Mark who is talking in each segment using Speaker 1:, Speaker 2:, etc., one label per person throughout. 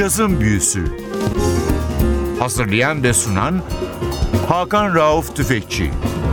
Speaker 1: Cazın Büyüsü. Hazırlayan ve sunan Hakan Rauf Tüfekçi.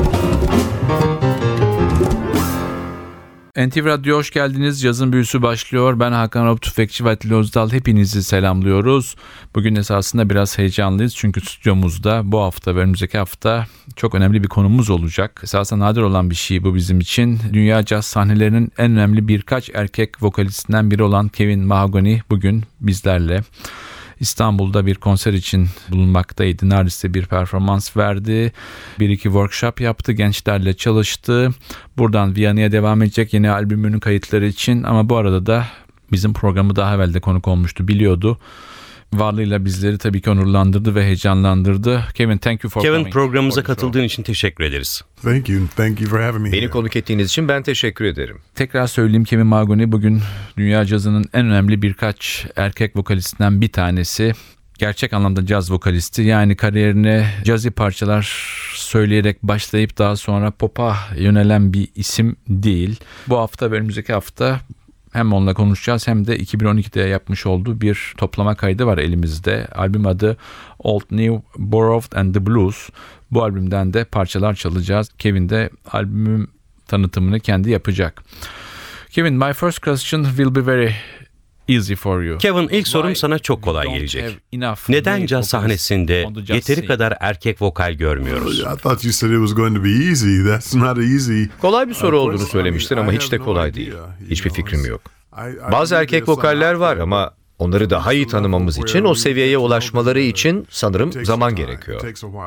Speaker 2: NTV Radyo hoş geldiniz. Cazın Büyüsü başlıyor. Ben Hakan Rauf Tüfekçi ve Atilla Özdal. Hepinizi selamlıyoruz. Bugün esasında biraz heyecanlıyız. Çünkü stüdyomuzda bu hafta ve önümüzdeki hafta çok önemli bir konumuz olacak. Esasında nadir olan bir şey bu bizim için. Dünya caz sahnelerinin en önemli birkaç erkek vokalistinden biri olan Kevin Mahogany bugün bizlerle. İstanbul'da bir konser için bulunmaktaydı. Nardis'te bir performans verdi. Bir iki workshop yaptı. Gençlerle çalıştı. Buradan Viyana'ya devam edecek yeni albümünün kayıtları için. Ama bu arada da bizim programı daha evvel de konuk olmuştu. Biliyordu. Varlığıyla bizleri tabii ki onurlandırdı ve heyecanlandırdı. Kevin, thank you for coming.
Speaker 3: Kevin, programımıza katıldığın için teşekkür ederiz.
Speaker 4: Thank you for having me.
Speaker 5: Beni konuk ettiğiniz için ben teşekkür ederim.
Speaker 2: Tekrar söyleyeyim, Kevin Mahogany bugün dünya cazının en önemli birkaç erkek vokalistinden bir tanesi. Gerçek anlamda caz vokalisti, yani kariyerine cazzy parçalar söyleyerek başlayıp daha sonra pop'a yönelen bir isim değil. Bu hafta ve önümüzdeki hafta hem onunla konuşacağız hem de 2012'de yapmış olduğu bir toplama kaydı var elimizde. Albüm adı Old New Borrowed and the Blues. Bu albümden de parçalar çalacağız. Kevin de albümün tanıtımını kendi yapacak. Kevin, my first question will be very easy for you.
Speaker 3: Kevin, ilk sorum sana çok kolay gelecek. Neden caz sahnesinde yeteri kadar erkek vokal görmüyoruz?
Speaker 4: I thought you said it was going to be easy. That's not easy.
Speaker 5: Kolay bir soru olduğunu söylemiştin ama hiç de kolay değil. Hiçbir fikrim yok. Bazı erkek vokaller var ama onları daha iyi tanımamız için, o seviyeye ulaşmaları için sanırım zaman gerekiyor.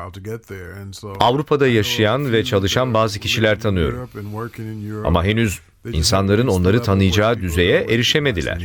Speaker 5: Avrupa'da yaşayan ve çalışan bazı kişiler tanıyorum. Ama henüz insanların onları tanıyacağı düzeye erişemediler.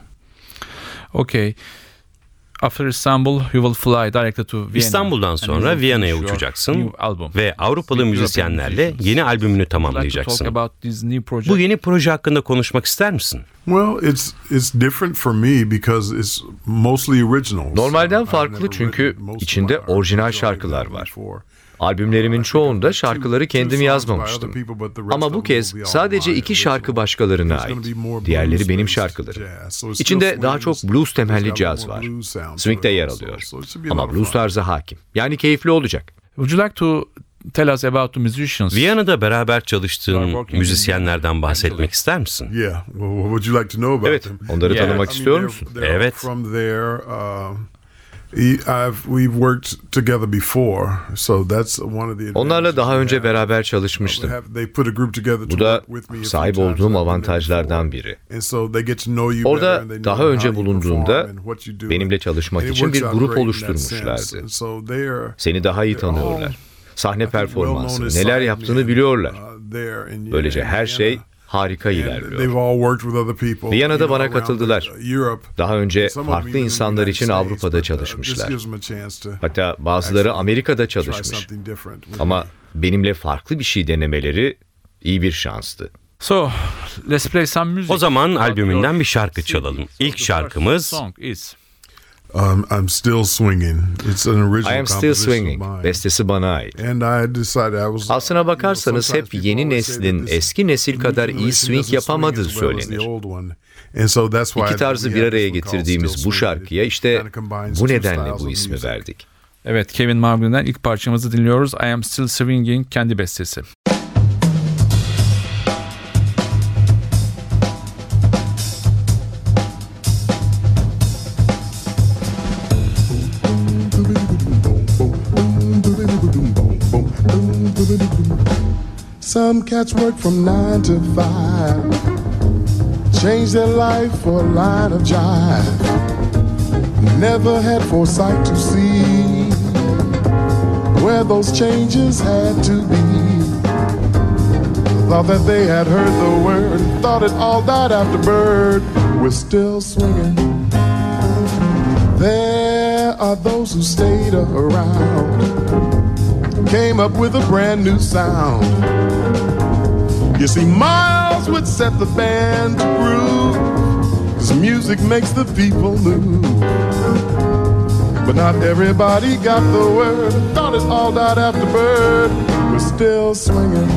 Speaker 2: Okay. After Istanbul, you will fly directly to Vienna.
Speaker 3: İstanbul'dan sonra Viyana'ya uçacaksın ve Avrupalı müzisyenlerle yeni albümünü tamamlayacaksın. Bu yeni proje hakkında konuşmak ister misin?
Speaker 4: Well, it's different for me because it's mostly originals.
Speaker 5: Normalden farklı çünkü içinde orijinal şarkılar var. Albümlerimin çoğunda şarkıları kendim yazmamıştım. Ama bu kez sadece 2 şarkı başkalarına ait. Diğerleri benim şarkılarım. İçinde daha çok blues temelli caz var. Swing de yer alıyor. Ama blues tarzı hakim. Yani keyifli olacak.
Speaker 2: Would you like to tell us about the musicians?
Speaker 3: Viyana'da beraber çalıştığın müzisyenlerden bahsetmek ister misin?
Speaker 4: Yeah. Well, what would you like to know about
Speaker 5: Evet,
Speaker 4: them?
Speaker 5: onları tanımak istiyor musun?
Speaker 3: Evet.
Speaker 4: From there, we've worked together before, so that's one of the.
Speaker 5: Onlarla daha önce beraber çalışmıştım. Bu da sahip olduğum avantajlardan biri. Orada daha önce bulunduğumda benimle çalışmak için bir grup oluşturmuşlardı. Seni daha iyi tanıyorlar. Sahne performansı, neler yaptığını biliyorlar. Böylece her şey harika ilerliyor. Viyana'da bana katıldılar. Daha önce farklı insanlar için Avrupa'da çalışmışlar. Hatta bazıları Amerika'da çalışmış. Ama benimle farklı bir şey denemeleri iyi bir şanstı.
Speaker 2: So, let's play some music.
Speaker 3: O zaman albümünden bir şarkı çalalım. İlk şarkımız
Speaker 4: I'm Still Swinging. It's an original
Speaker 5: I Am Still Swinging. Bestesi bana ait. Aslına bakarsanız hep yeni neslin eski nesil kadar iyi swing yapamadığı söylenir. İki tarzı bir araya getirdiğimiz bu şarkıya işte bu nedenle bu ismi verdik.
Speaker 2: Evet, Kevin Mahogany'den ilk parçamızı dinliyoruz. I Am Still Swinging, kendi bestesi.
Speaker 6: Some cats work from 9 to 5, change their life for a line of jive. Never had foresight to see where those changes had to be. Thought that they had heard the word, thought it all died after bird. We're still swinging. There are those who stayed around, came up with a brand new sound. You see, Miles would set the band to groove, 'cause music makes the people move. But not everybody got the word, thought it all died after bird. We're still swinging.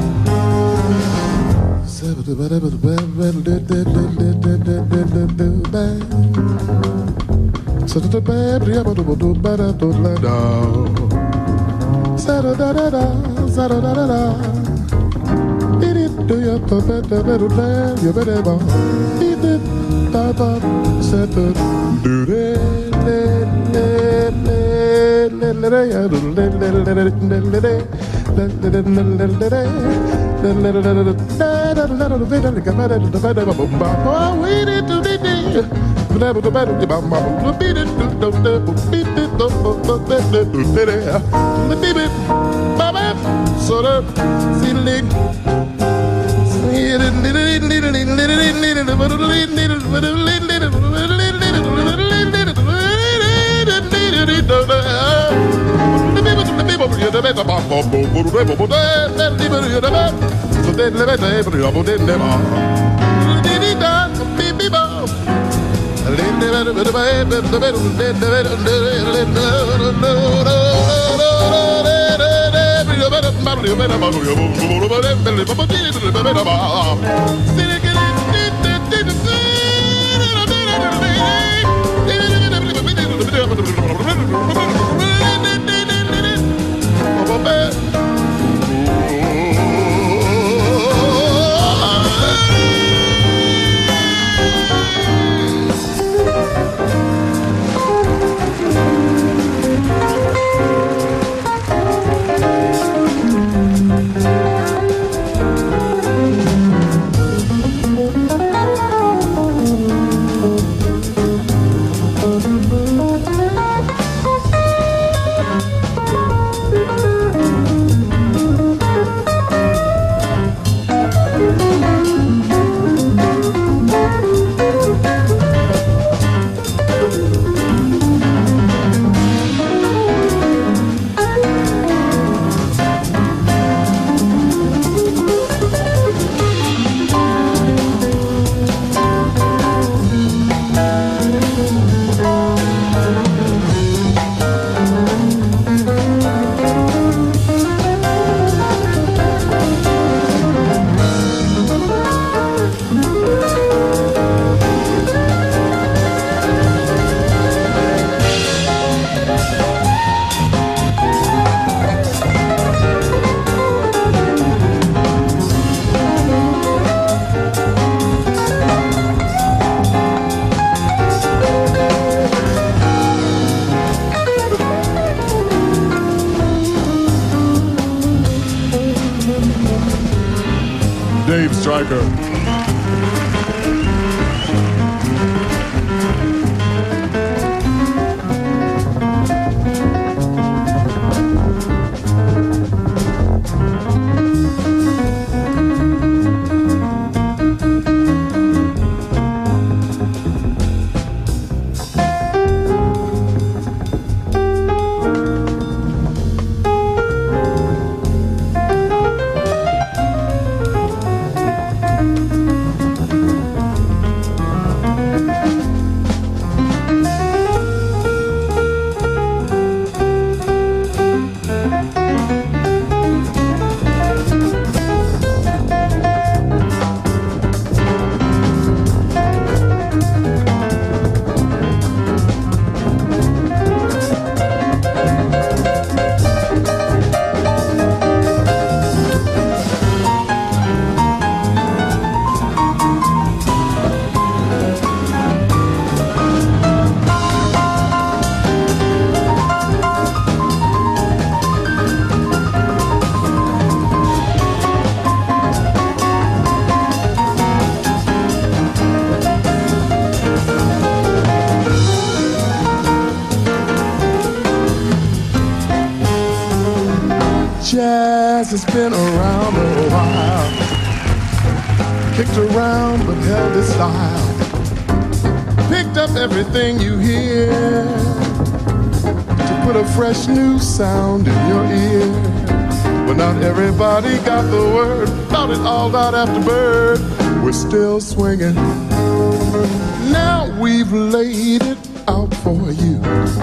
Speaker 6: Dave Stryker. Jazz has been around a while, kicked around but held its style, picked up everything you hear to put a fresh new sound in your ear. But not everybody got the word, thought it all died after Bird. We're still swinging, now we've laid it out for you.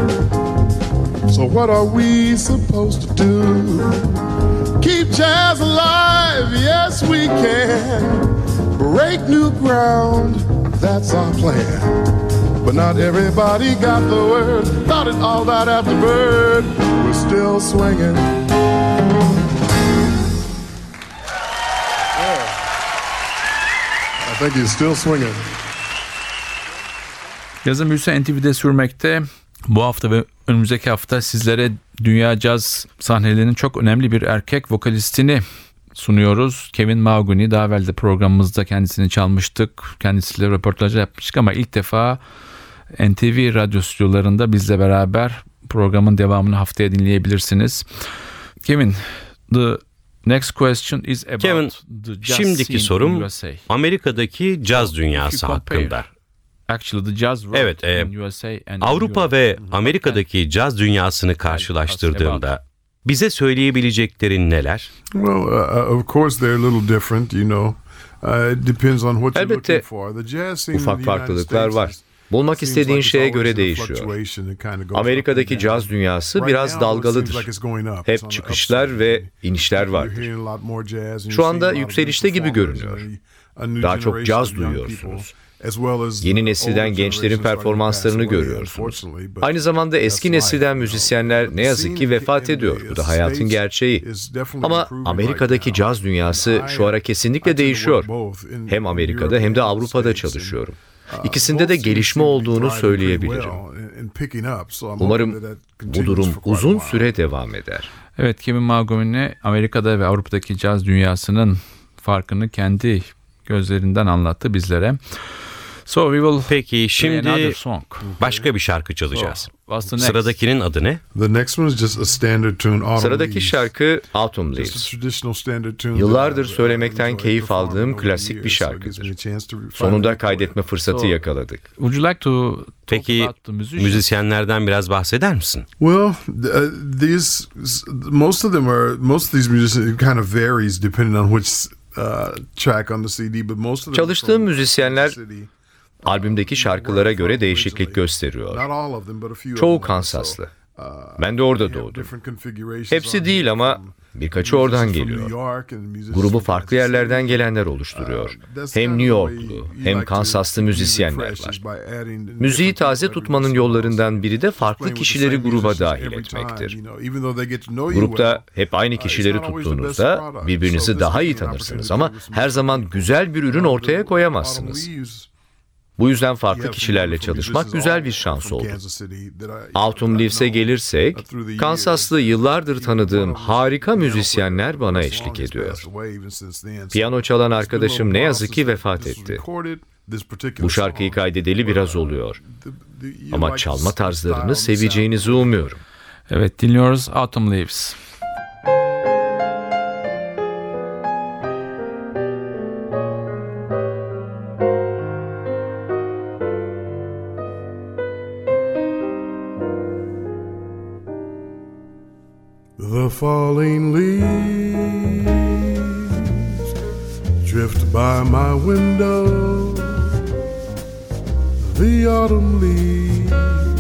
Speaker 6: So what are we supposed to do? Keep jazz alive, yes we can. Break new ground, that's our plan. but not everybody got the word. Thought it all died after Bird was still swinging. I think he's still swinging.
Speaker 2: Yazın büyüsü NTV'de sürmekte. Bu hafta ve önümüzdeki hafta sizlere dünya caz sahnelerinin çok önemli bir erkek vokalistini sunuyoruz. Kevin Mahogany. Daha evvel de programımızda kendisini çalmıştık. Kendisiyle röportaj yapmıştık ama ilk defa NTV radyo stüdyolarında bizle beraber programın devamını haftaya dinleyebilirsiniz. Kevin, the next question is about
Speaker 3: Kevin,
Speaker 2: the jazz
Speaker 3: şimdiki sorum
Speaker 2: USA.
Speaker 3: Amerika'daki caz dünyası hakkında.
Speaker 2: Evet,
Speaker 3: Avrupa ve Amerika'daki caz dünyasını karşılaştırdığında bize söyleyebileceklerin neler?
Speaker 4: Well, of course they're a little different, you know. It depends on what you're looking for. The jazz scene in the
Speaker 5: Ufak
Speaker 4: United
Speaker 5: farklılıklar var.
Speaker 4: States
Speaker 5: Bulmak istediğin şeye göre değişiyor. Amerika'daki caz dünyası biraz dalgalıdır. Hep çıkışlar ve inişler vardır. Şu anda yükselişte gibi görünüyor. Daha çok caz duyuyorsunuz. Yeni nesilden gençlerin performanslarını görüyorsunuz. Aynı zamanda eski nesilden müzisyenler ne yazık ki vefat ediyor. Bu da hayatın gerçeği. Ama Amerika'daki caz dünyası şu ara kesinlikle değişiyor. Hem Amerika'da hem de Avrupa'da çalışıyorum. İkisinde de gelişme olduğunu söyleyebilirim. Umarım bu durum uzun süre devam eder.
Speaker 2: Evet, Kevin Mahogany Amerika'da ve Avrupa'daki caz dünyasının farkını kendi gözlerinden anlattı bizlere. So we will
Speaker 3: Peki şimdi başka bir şarkı çalacağız. Sıradakinin adı ne?
Speaker 4: The next one is just a standard tune, Autumn
Speaker 5: Sıradaki
Speaker 4: Leaves.
Speaker 5: şarkı Autumn Leaves. Yıllardır söylemekten keyif aldığım klasik bir şarkıdır. Sonunda kaydetme fırsatı yakaladık.
Speaker 2: Would you like to talk
Speaker 3: Peki
Speaker 2: about the musicians?
Speaker 3: müzisyenlerden biraz bahseder misin?
Speaker 4: Well, most of these musicians, it kind of varies depending on which track on the CD, but most of them
Speaker 5: Çalıştığım müzisyenler albümdeki şarkılara göre değişiklik gösteriyor. Çoğu Kansaslı. Ben de orada doğdum. Hepsi değil ama birkaçı oradan geliyor. Grubu farklı yerlerden gelenler oluşturuyor. Hem New Yorklu hem Kansaslı müzisyenler var. Müziği taze tutmanın yollarından biri de farklı kişileri gruba dahil etmektir. Grupta hep aynı kişileri tuttuğunuzda birbirinizi daha iyi tanırsınız ama her zaman güzel bir ürün ortaya koyamazsınız. Bu yüzden farklı kişilerle çalışmak güzel bir şans oldu. Autumn Leaves'e gelirsek, Kansaslı yıllardır tanıdığım harika müzisyenler bana eşlik ediyor. Piyano çalan arkadaşım ne yazık ki vefat etti. Bu şarkıyı kaydedeli biraz oluyor. Ama çalma tarzlarını seveceğinizi umuyorum.
Speaker 2: Evet, dinliyoruz Autumn Leaves.
Speaker 6: The falling leaves drift by my window. The autumn leaves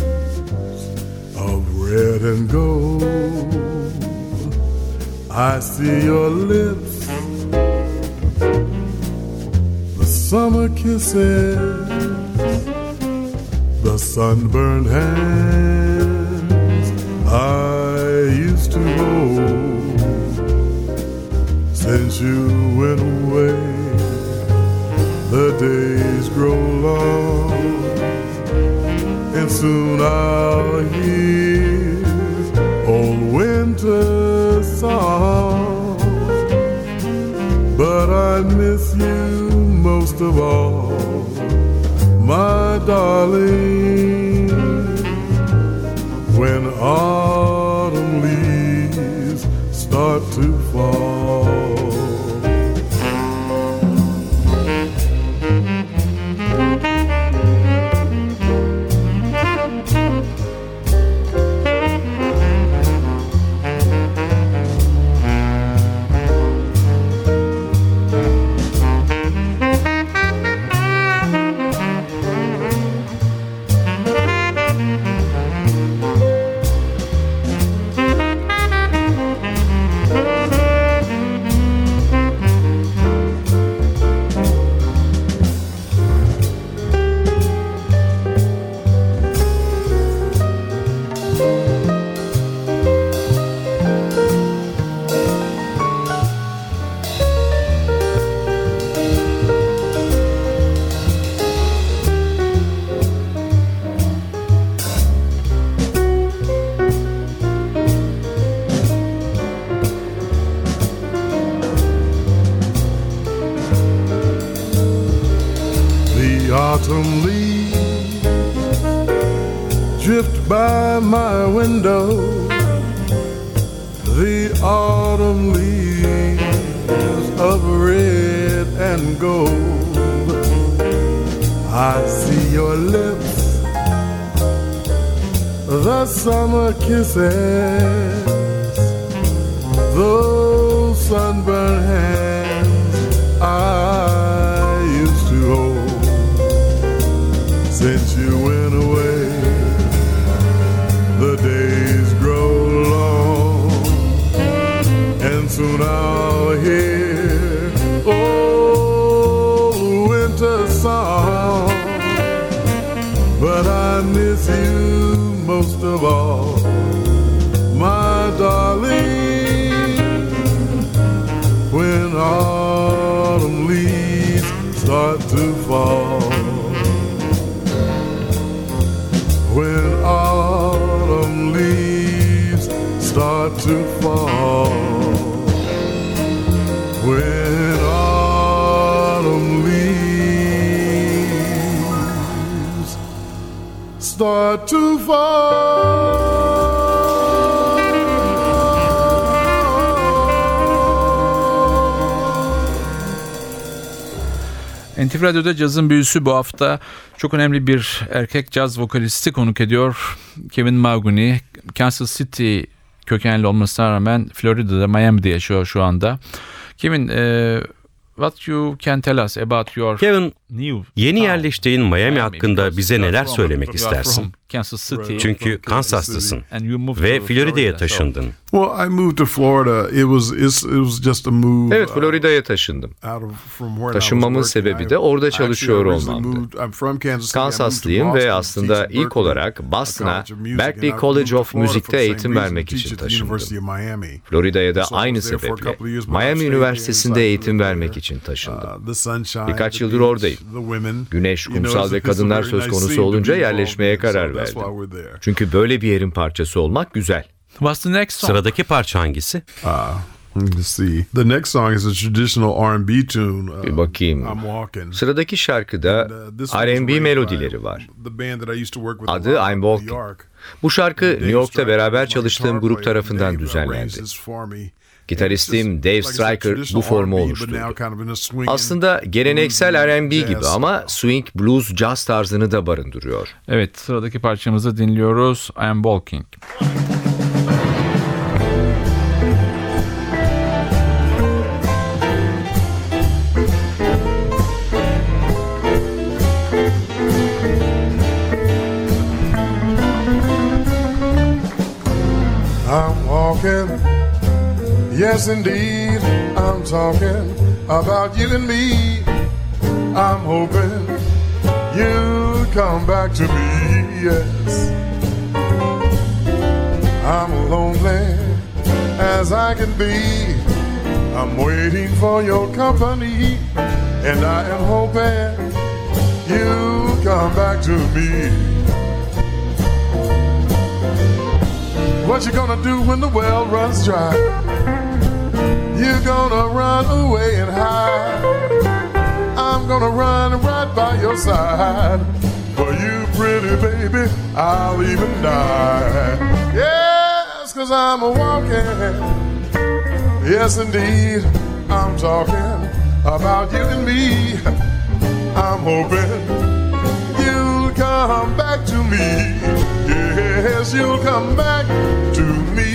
Speaker 6: of red and gold. I see your lips, the summer kisses, the sunburned hands I used to hold. Since you went away, the days grow long, and soon I'll hear old winter's song. But I miss you most of all, my darling, when autumn leaves start to fall. autumn leaves drift by my window. The autumn leaves of red and gold. I see your lips, the summer kisses, those sunburned hands I used to hold. Since you went away, the days grow long, and soon I'll hear old winter song. But I miss you most of all, my darling, when autumn leaves start to fall. When autumn leaves start to fall. When autumn leaves start to fall.
Speaker 2: NTV Radyo'da cazın büyüsü bu hafta çok önemli bir erkek caz vokalisti konuk ediyor. Kevin Mahoney, Kansas City kökenli olmasına rağmen Florida'da, Miami'de yaşıyor şu anda. Kevin, what you can tell us about your
Speaker 3: Kevin, yeni yerleştiğin Miami hakkında bize neler söylemek istersin? Çünkü Kansas'tasın ve Florida'ya taşındın.
Speaker 6: Well, I moved to Florida. It was just a move.
Speaker 5: Evet, Florida'ya taşındım. Taşınmamın sebebi de orada çalışıyor olmamdı. Kansaslıyım ve aslında ilk olarak Boston'a Berklee College of Music'te eğitim vermek için taşındım. Florida'ya da aynı sebeple Miami Üniversitesi'nde eğitim vermek için taşındım. Birkaç yıldır oradayım. Güneş, kumsal ve kadınlar söz konusu olunca yerleşmeye karar verdim. Çünkü böyle bir yerin parçası olmak güzel.
Speaker 3: Sıradaki parça hangisi?
Speaker 6: Let's see. The next song is a traditional R&B tune.
Speaker 5: Bir bakayım. Sıradaki şarkıda R&B melodileri var. Adı I'm Walking. Bu şarkı New York'ta beraber çalıştığım grup tarafından düzenlendi. Gitaristim Dave Stryker bu formu oluşturdu. Aslında geleneksel R&B gibi ama swing, blues, jazz tarzını da barındırıyor.
Speaker 2: Evet, sıradaki parçamızı dinliyoruz. I Am Walking.
Speaker 6: I'm walking, yes indeed, I'm talking about you and me. I'm hoping you'll come back to me, yes. I'm lonely as I can be. I'm waiting for your company, and I am hoping you'll come back to me. What you gonna do when the well runs dry? You gonna run away and hide. I'm gonna run right by your side. For you, pretty baby, I'll even die. Yes, 'cause I'm a-walking. Yes, indeed, I'm talking about you and me. I'm hoping you'll come back to me. Yes, you'll come back to me.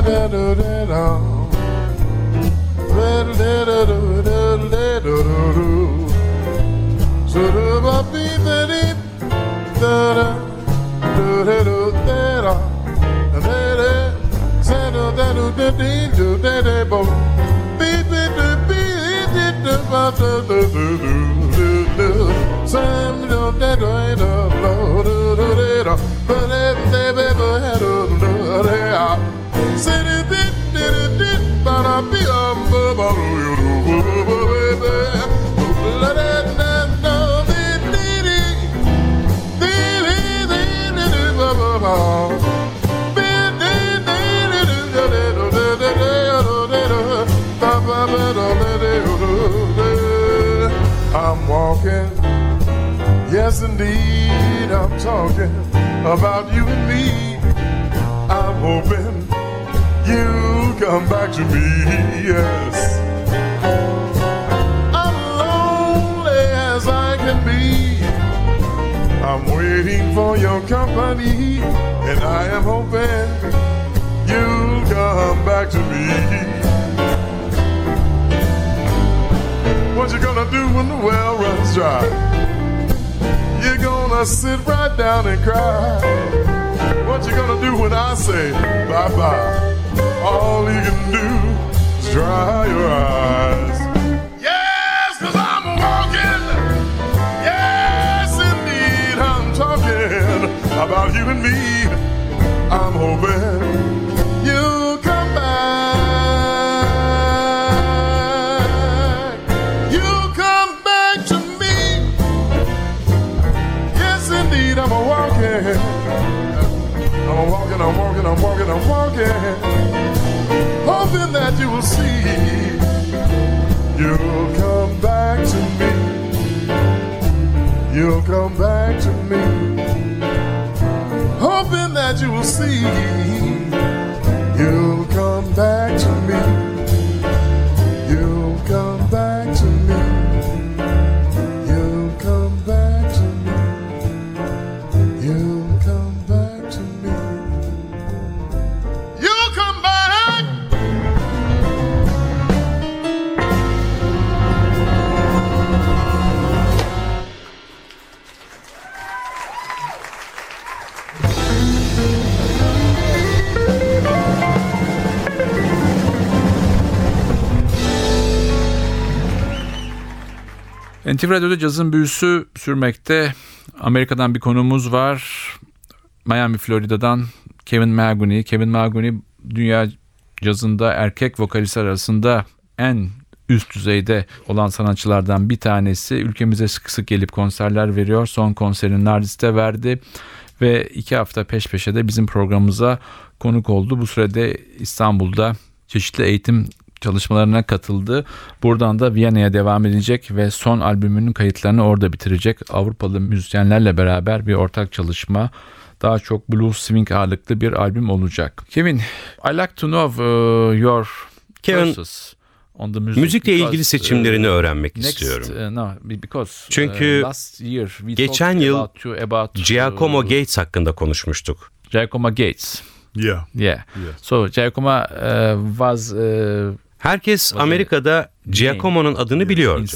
Speaker 6: I'm walking, yes indeed, I'm talking about you and me. I'm hoping you'll come back to me, yes. I'm lonely as I can be. I'm waiting for your company, and I am hoping you'll come back to me. What you gonna do when the well runs dry? You're gonna sit right down and cry. What you gonna do when I say bye-bye? All you can do is dry your eyes. Yes, 'cause I'm walking. Yes, indeed, I'm talking about you and me. I'm hoping you'll come back. You'll come back to me. Yes, indeed, I'm walking. I'm walking, I'm walking, I'm walking, I'm walking, hoping that you will see. You'll come back to me. You'll come back to me, hoping that you will see. You'll come back to me. You'll come back to me. You'll come back to me. You'll come back to me. You'll come back.
Speaker 2: NTV Radyo'da cazın büyüsü sürmekte. Amerika'dan bir konuğumuz var. Miami, Florida'dan Kevin Mahogany. Kevin Mahogany dünya cazında erkek vokalistler arasında en üst düzeyde olan sanatçılardan bir tanesi. Ülkemize sık sık gelip konserler veriyor. Son konserini Nardis'te verdi ve 2 hafta peş peşe de bizim programımıza konuk oldu. Bu sürede İstanbul'da çeşitli eğitim çalışmalarına katıldı. Buradan da Viyana'ya devam edecek ve son albümünün kayıtlarını orada bitirecek. Avrupalı müzisyenlerle beraber bir ortak çalışma. Daha çok blues swing ağırlıklı bir albüm olacak. Kevin, I like to know your choices on the music.
Speaker 3: Müzikle ilgili seçimlerini öğrenmek istiyorum. Çünkü geçen yıl Giacomo Gates hakkında konuşmuştuk.
Speaker 2: Giacomo Gates.
Speaker 4: Yeah.
Speaker 2: So Giacomo was
Speaker 3: herkes Amerika'da Giacomo'nun adını biliyordu.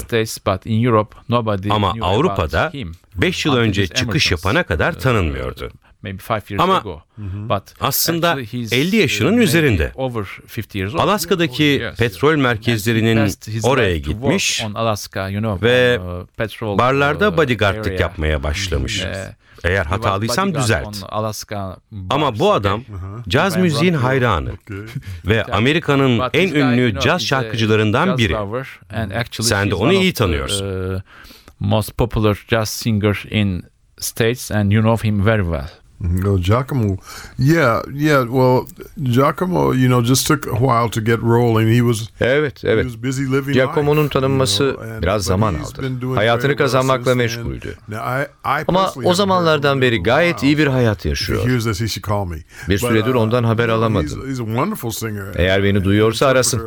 Speaker 3: Ama Avrupa'da 5 yıl önce çıkış yapana kadar tanınmıyordu. Ama aslında 50 yaşının üzerinde. Alaska'daki petrol merkezlerinin oraya gitmiş ve barlarda bodyguardlık yapmaya başlamış. Eğer hatalıysam düzelt. Ama bu adam caz müziğin hayranı ve Amerika'nın en ünlü caz şarkıcılarından biri. Sen de onu iyi tanıyorsun.
Speaker 2: Most popular jazz singer in States and you know him very well.
Speaker 4: Giacomo, yeah. Well, Giacomo, just took a while to get rolling.
Speaker 5: Evet. Giacomo'nun tanınması biraz zaman aldı. Hayatını kazanmakla meşguldü. Ama o zamanlardan beri gayet iyi bir hayat yaşıyor. Bir süredir ondan haber alamadım. Eğer beni duyuyorsa arasın.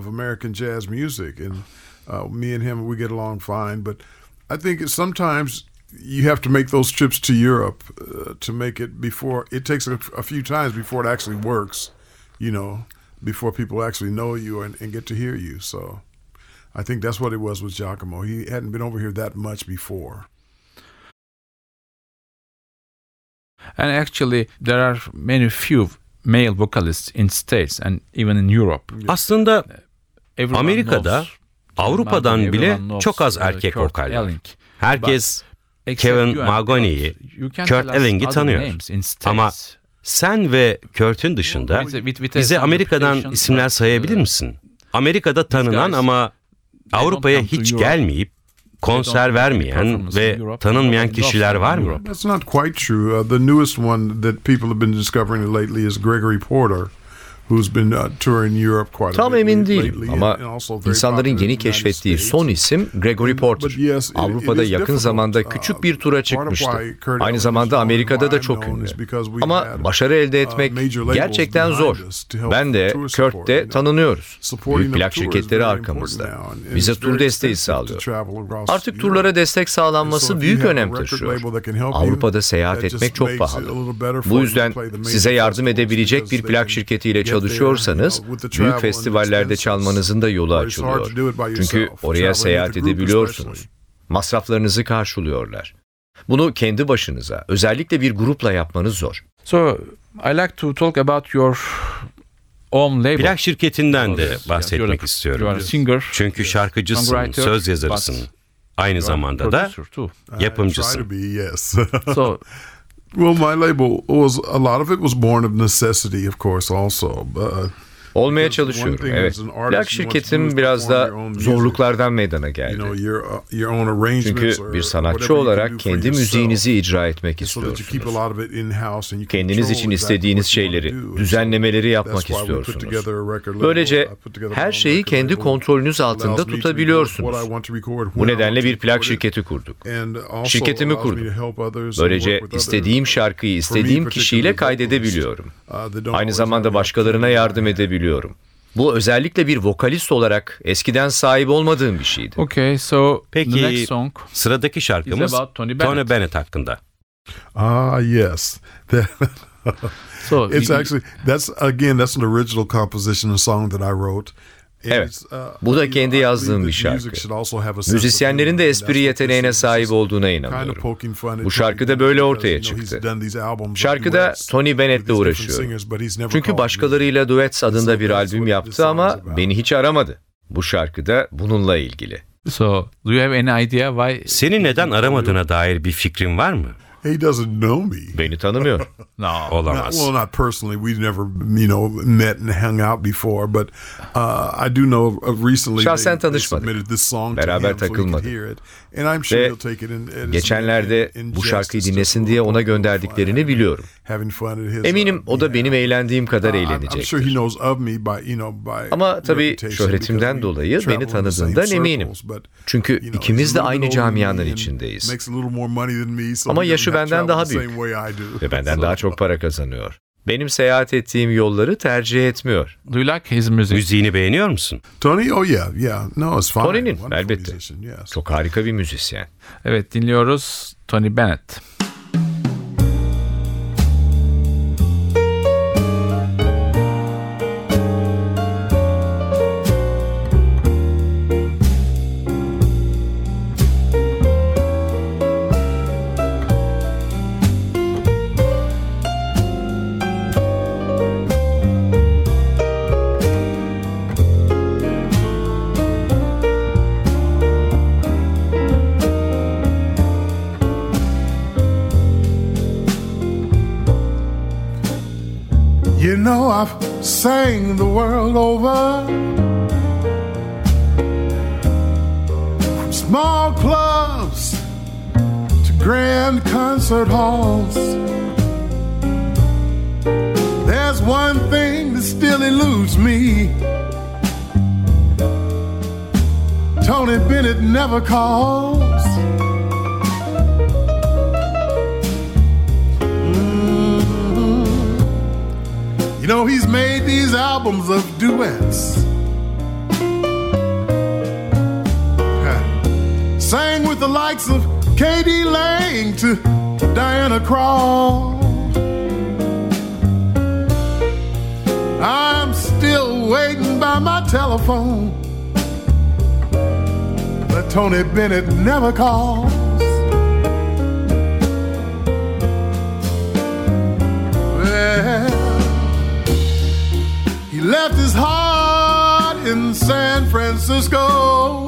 Speaker 4: Me and him, we get along fine, but I think sometimes you have to make those trips to Europe to make it before it takes a few times before it actually works. before people actually know you and get to hear you. So I think that's what it was with Giacomo. He hadn't been over here that much before.
Speaker 2: And actually there are few male vocalists in States and even in Europe.
Speaker 3: Aslında Amerika'da, Avrupa'dan bile çok az erkek vokal var. Herkes Kevin Mahoney'i, Kurt Elling'i tanıyor. Ama sen ve Kurt'ün dışında bize Amerika'dan isimler sayabilir misin? Amerika'da tanınan ama Avrupa'ya hiç gelmeyip konser vermeyen ve tanınmayan kişiler var mı?
Speaker 4: That's not quite true. The newest one that people have been discovering lately is Gregory Porter, who's been touring Europe quite a bit.
Speaker 5: Tam emin değilim ama insanların yeni keşfettiği son isim Gregory Porter. Avrupa'da yakın zamanda küçük bir tura çıkmıştı. Aynı zamanda Amerika'da da çok ünlü. Ama başarı elde etmek gerçekten zor. Ben de, Kurt de tanınıyoruz. Büyük plak şirketleri arkamızda. Bize tur desteği sağlıyor. Artık turlara destek sağlanması büyük önem taşıyor. Avrupa'da seyahat etmek çok pahalı. Bu yüzden size yardım edebilecek bir plak şirketiyle çalışıyorsanız büyük festivallerde çalmanızın da yolu açılıyor. Çünkü oraya seyahat edebiliyorsunuz. Masraflarınızı karşılıyorlar. Bunu kendi başınıza, özellikle bir grupla yapmanız zor.
Speaker 2: So, I like to talk about your own label.
Speaker 3: Plak şirketinden de bahsetmek istiyorum. Çünkü şarkıcısın, söz yazarısın. Aynı zamanda da yapımcısın.
Speaker 2: So,
Speaker 4: well, my label a lot of it was born of necessity, of course, also.
Speaker 5: Olmaya çalışıyorum, evet. Plak şirketim biraz da zorluklardan meydana geldi. Çünkü bir sanatçı olarak kendi müziğinizi icra etmek istiyorsunuz. Kendiniz için istediğiniz şeyleri, düzenlemeleri yapmak istiyorsunuz. Böylece her şeyi kendi kontrolünüz altında tutabiliyorsunuz. Bu nedenle bir plak şirketi kurduk. Şirketimi kurdum. Böylece istediğim şarkıyı istediğim kişiyle kaydedebiliyorum. Aynı zamanda başkalarına yardım edebiliyorum. Bu özellikle bir vokalist olarak eskiden sahip olmadığım bir şeydi.
Speaker 2: Okay, so
Speaker 3: peki,
Speaker 2: the next song
Speaker 3: sıradaki şarkımız Tony Bennett hakkında.
Speaker 4: Yes. So it's actually that's an original composition, a song that I wrote.
Speaker 5: Evet, bu da kendi yazdığım bir şarkı. Müzisyenlerin de espri yeteneğine sahip olduğuna inanıyorum. Bu şarkı da böyle ortaya çıktı. Şarkıda Tony Bennett'le uğraşıyorum. Çünkü başkalarıyla Duets adında bir albüm yaptı ama beni hiç aramadı. Bu şarkı da bununla ilgili.
Speaker 2: So, do you have any idea why?
Speaker 3: Seni neden aramadığına dair bir fikrin var mı?
Speaker 4: He doesn't know me.
Speaker 5: Beni tanımıyor.
Speaker 3: No, olamaz.
Speaker 4: Well, not personally. We've never, met and hung out before, but I do know recently
Speaker 5: şahsen tanışmadık. Beraber takılmadık. Ve geçenlerde bu şarkıyı dinlesin diye ona gönderdiklerini biliyorum. Eminim o da benim eğlendiğim kadar eğlenecektir. Ama tabii şöhretimden dolayı beni tanıdığından eminim. Çünkü ikimiz de aynı camianın içindeyiz. Ama yaşı benden daha büyük ve benden daha çok para kazanıyor. Benim seyahat ettiğim yolları tercih etmiyor.
Speaker 2: Do you like his music?
Speaker 3: Müziğini beğeniyor musun?
Speaker 4: Tony, oh yeah. No, it's fine.
Speaker 5: Tony'nin elbette. Çok harika bir müzisyen.
Speaker 2: Evet, dinliyoruz Tony Bennett.
Speaker 6: You know I've sang the world over, from small clubs to grand concert halls. There's one thing that still eludes me. Tony Bennett never calls. You know, he's made these albums of duets. Sang with the likes of K.D. Lang to Diana Krall. waiting by my telephone, but Tony Bennett never calls. Well, he left his heart in San Francisco.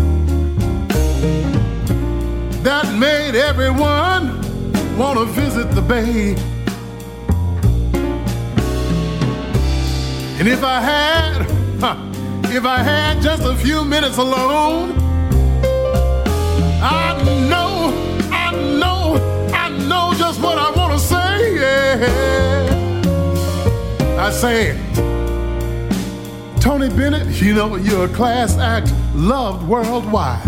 Speaker 6: That made everyone want to visit the Bay. And if I had just a few minutes alone, I know just what I want to say. Yeah. I say, Tony Bennett, you know you're a class act loved worldwide.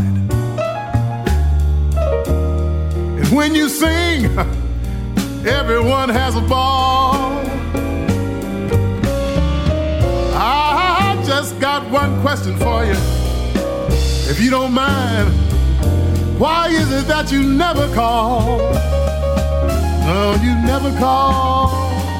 Speaker 6: And when you sing, everyone has a ball. I just got one question for you, if you don't mind. Why is it that you never call? No, you never call.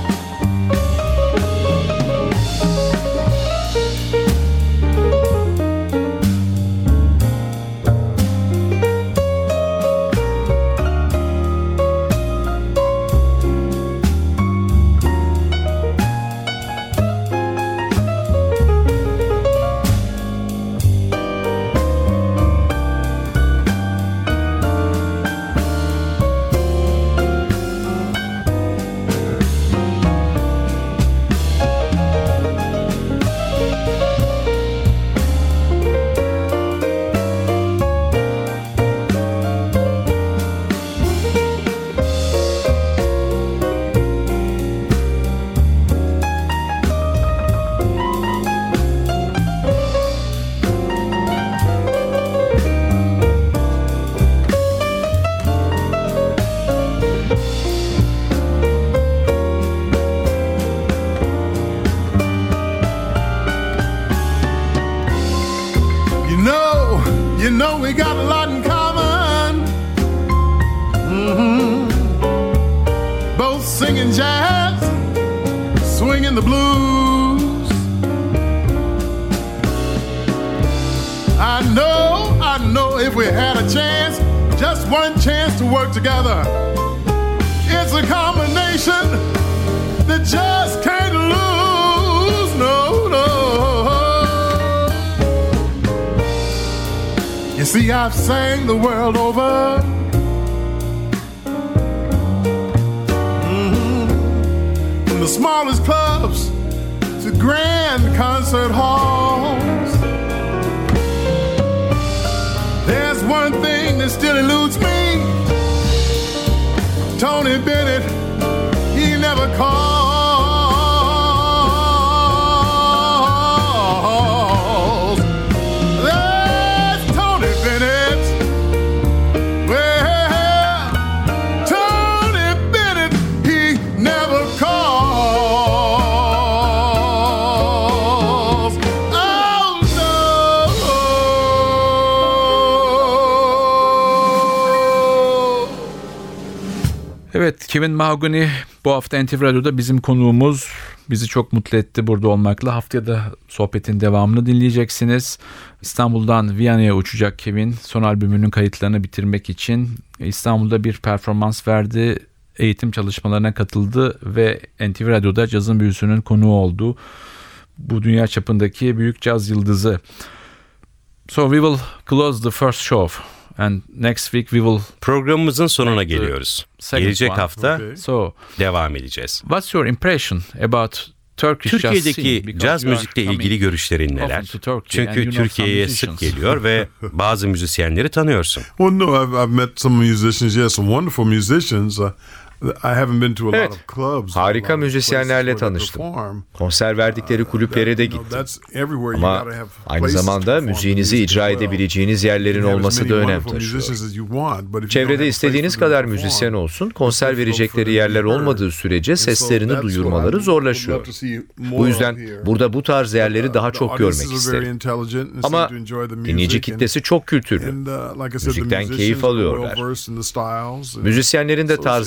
Speaker 6: You know we got a lot in common. Mm-hmm. Both singing jazz, swinging the blues. I know if we had a chance, just one chance to work together, it's a combination that just can't lose. No, no. You see, I've sang the world over. Mm-hmm. From the smallest clubs to grand concert halls. There's one thing that still eludes me. Tony Bennett, he never calls.
Speaker 2: Evet, Kevin Mahogany bu hafta NTV Radyo'da bizim konuğumuz. Bizi çok mutlu etti burada olmakla. Haftaya da sohbetin devamını dinleyeceksiniz. İstanbul'dan Viyana'ya uçacak Kevin. Son albümünün kayıtlarını bitirmek için İstanbul'da bir performans verdi. Eğitim çalışmalarına katıldı ve NTV Radyo'da cazın büyüsünün konuğu oldu. Bu dünya çapındaki büyük caz yıldızı. So we will close the first show. And next week we will...
Speaker 3: Programımızın sonuna geliyoruz. Gelecek hafta devam edeceğiz.
Speaker 2: What's your impression about Turkish
Speaker 3: Türkiye'deki caz müzikle ilgili görüşlerin neler? Çünkü Türkiye'ye sık geliyor ve bazı müzisyenleri tanıyorsun.
Speaker 4: Well, no, I've met some musicians, yes, some wonderful musicians.
Speaker 5: Evet, harika müzisyenlerle tanıştım. Konser verdikleri kulüplere de gittim. Ama aynı zamanda müziğinizi icra edebileceğiniz yerlerin olması da önem taşıyor. Çevrede istediğiniz kadar müzisyen olsun, konser verecekleri yerler olmadığı sürece seslerini duyurmaları zorlaşıyor. Bu yüzden burada bu tarz yerleri daha çok görmek isterim. Ama dinleyici kitlesi çok kültürlü. Müzikten keyif alıyorlar. Müzisyenlerin de tarzları oldukça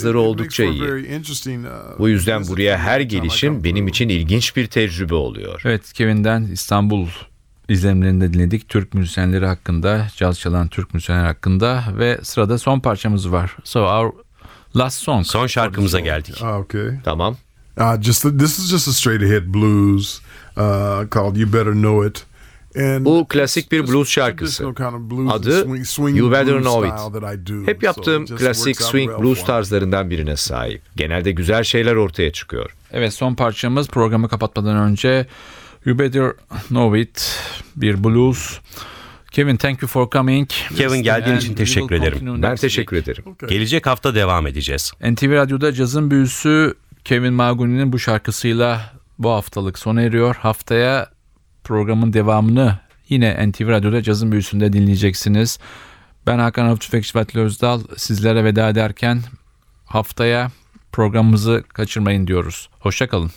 Speaker 5: oldukça iyi. Bu yüzden buraya her gelişim benim için ilginç bir tecrübe oluyor.
Speaker 2: Evet, Kevin'den İstanbul izlenimlerini de dinledik. Türk müzisyenleri hakkında, caz çalan Türk müzisyenler hakkında ve sırada son parçamız var. So our last song.
Speaker 3: Son şarkımıza geldik.
Speaker 4: Okay.
Speaker 5: Tamam.
Speaker 4: This is just a straight ahead blues called You Better Know It.
Speaker 5: Bu klasik bir blues şarkısı. Adı You Better Know It. Hep yaptığım klasik swing blues tarzlarından birine sahip. Genelde güzel şeyler ortaya çıkıyor.
Speaker 2: Evet, son parçamız programı kapatmadan önce You Better Know It, bir blues. Kevin, thank you for coming.
Speaker 3: Kevin, geldiğin için teşekkür ederim.
Speaker 5: Ben teşekkür ederim.
Speaker 3: Gelecek hafta devam edeceğiz.
Speaker 2: NTV Radyo'da Cazın Büyüsü Kevin Mahguni'nin bu şarkısıyla bu haftalık sona eriyor. Haftaya programın devamını yine NTV Radyo'da Cazın Büyüsü'nde dinleyeceksiniz. Ben Hakan Rauf Tüfekçi ve Atilla Özdal, sizlere veda ederken haftaya programımızı kaçırmayın diyoruz. Hoşça kalın.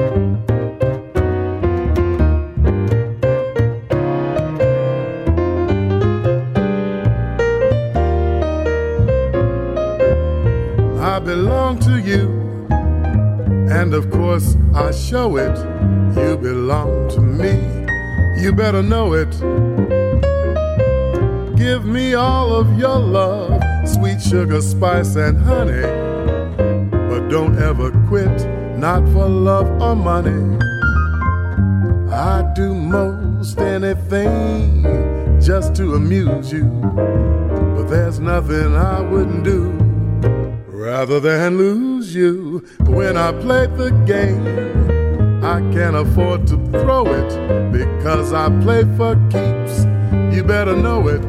Speaker 6: I belong to you, and of course I show it. You belong to me, you better know it. Give me all of your love, sweet sugar, spice, and honey. But don't ever quit, not for love or money. I'd do most anything just to amuse you, but there's nothing I wouldn't do rather than lose you. When I play the game, I can't afford to throw it because I play for keeps. You better know it.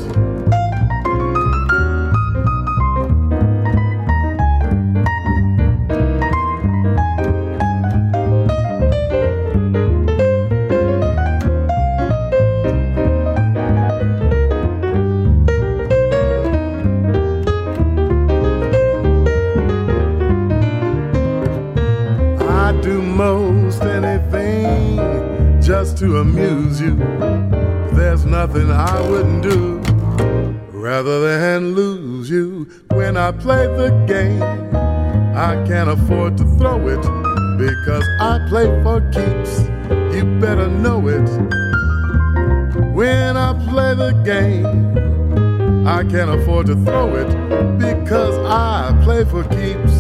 Speaker 6: Just to amuse you, there's nothing I wouldn't do rather than lose you. When I play the game, I can't afford to throw it because I play for keeps. You better know it. When I play the game, I can't afford to throw it because I play for keeps.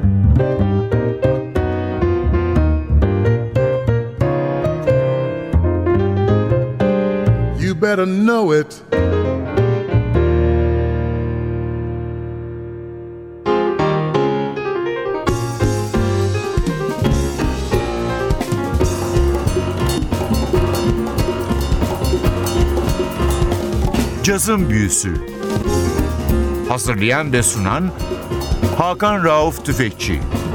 Speaker 6: You better know it.
Speaker 1: Cazın Büyüsü. Hazırlayan ve sunan Hakan Rauf Tüfekçi.